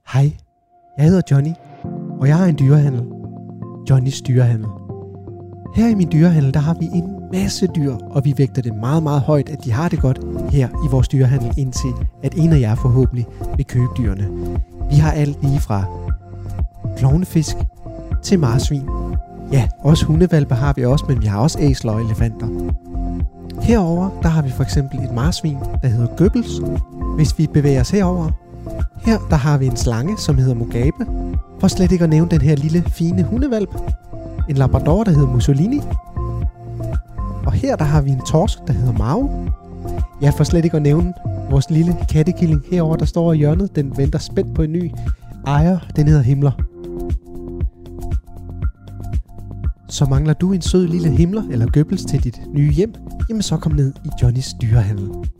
Hej, jeg hedder Johnny, og jeg har en dyrehandel. Johnnys dyrehandel. Her i min dyrehandel, der har vi en masse dyr, og vi vægter det meget, meget højt, at de har det godt her i vores dyrehandel, indtil at en af jer forhåbentlig vil købe dyrene. Vi har alt lige fra klovnefisk til marsvin. Ja, også hundevalpe har vi også, men vi har også æsler og elefanter. Herover der har vi for eksempel et marsvin, der hedder Goebbels. Hvis vi bevæger os herover, her der har vi en slange, som hedder Mugabe. For slet ikke at nævne den her lille, fine hundevalp. En labrador, der hedder Mussolini. Og her der har vi en torsk, der hedder Mao. Ja, for slet ikke at nævne vores lille kattekilling herover, der står i hjørnet. Den venter spændt på en ny ejer. Den hedder Himmler. Så mangler du en sød lille Himmler eller Goebbels til dit nye hjem, jamen så kom ned i Johnnys dyrehandel.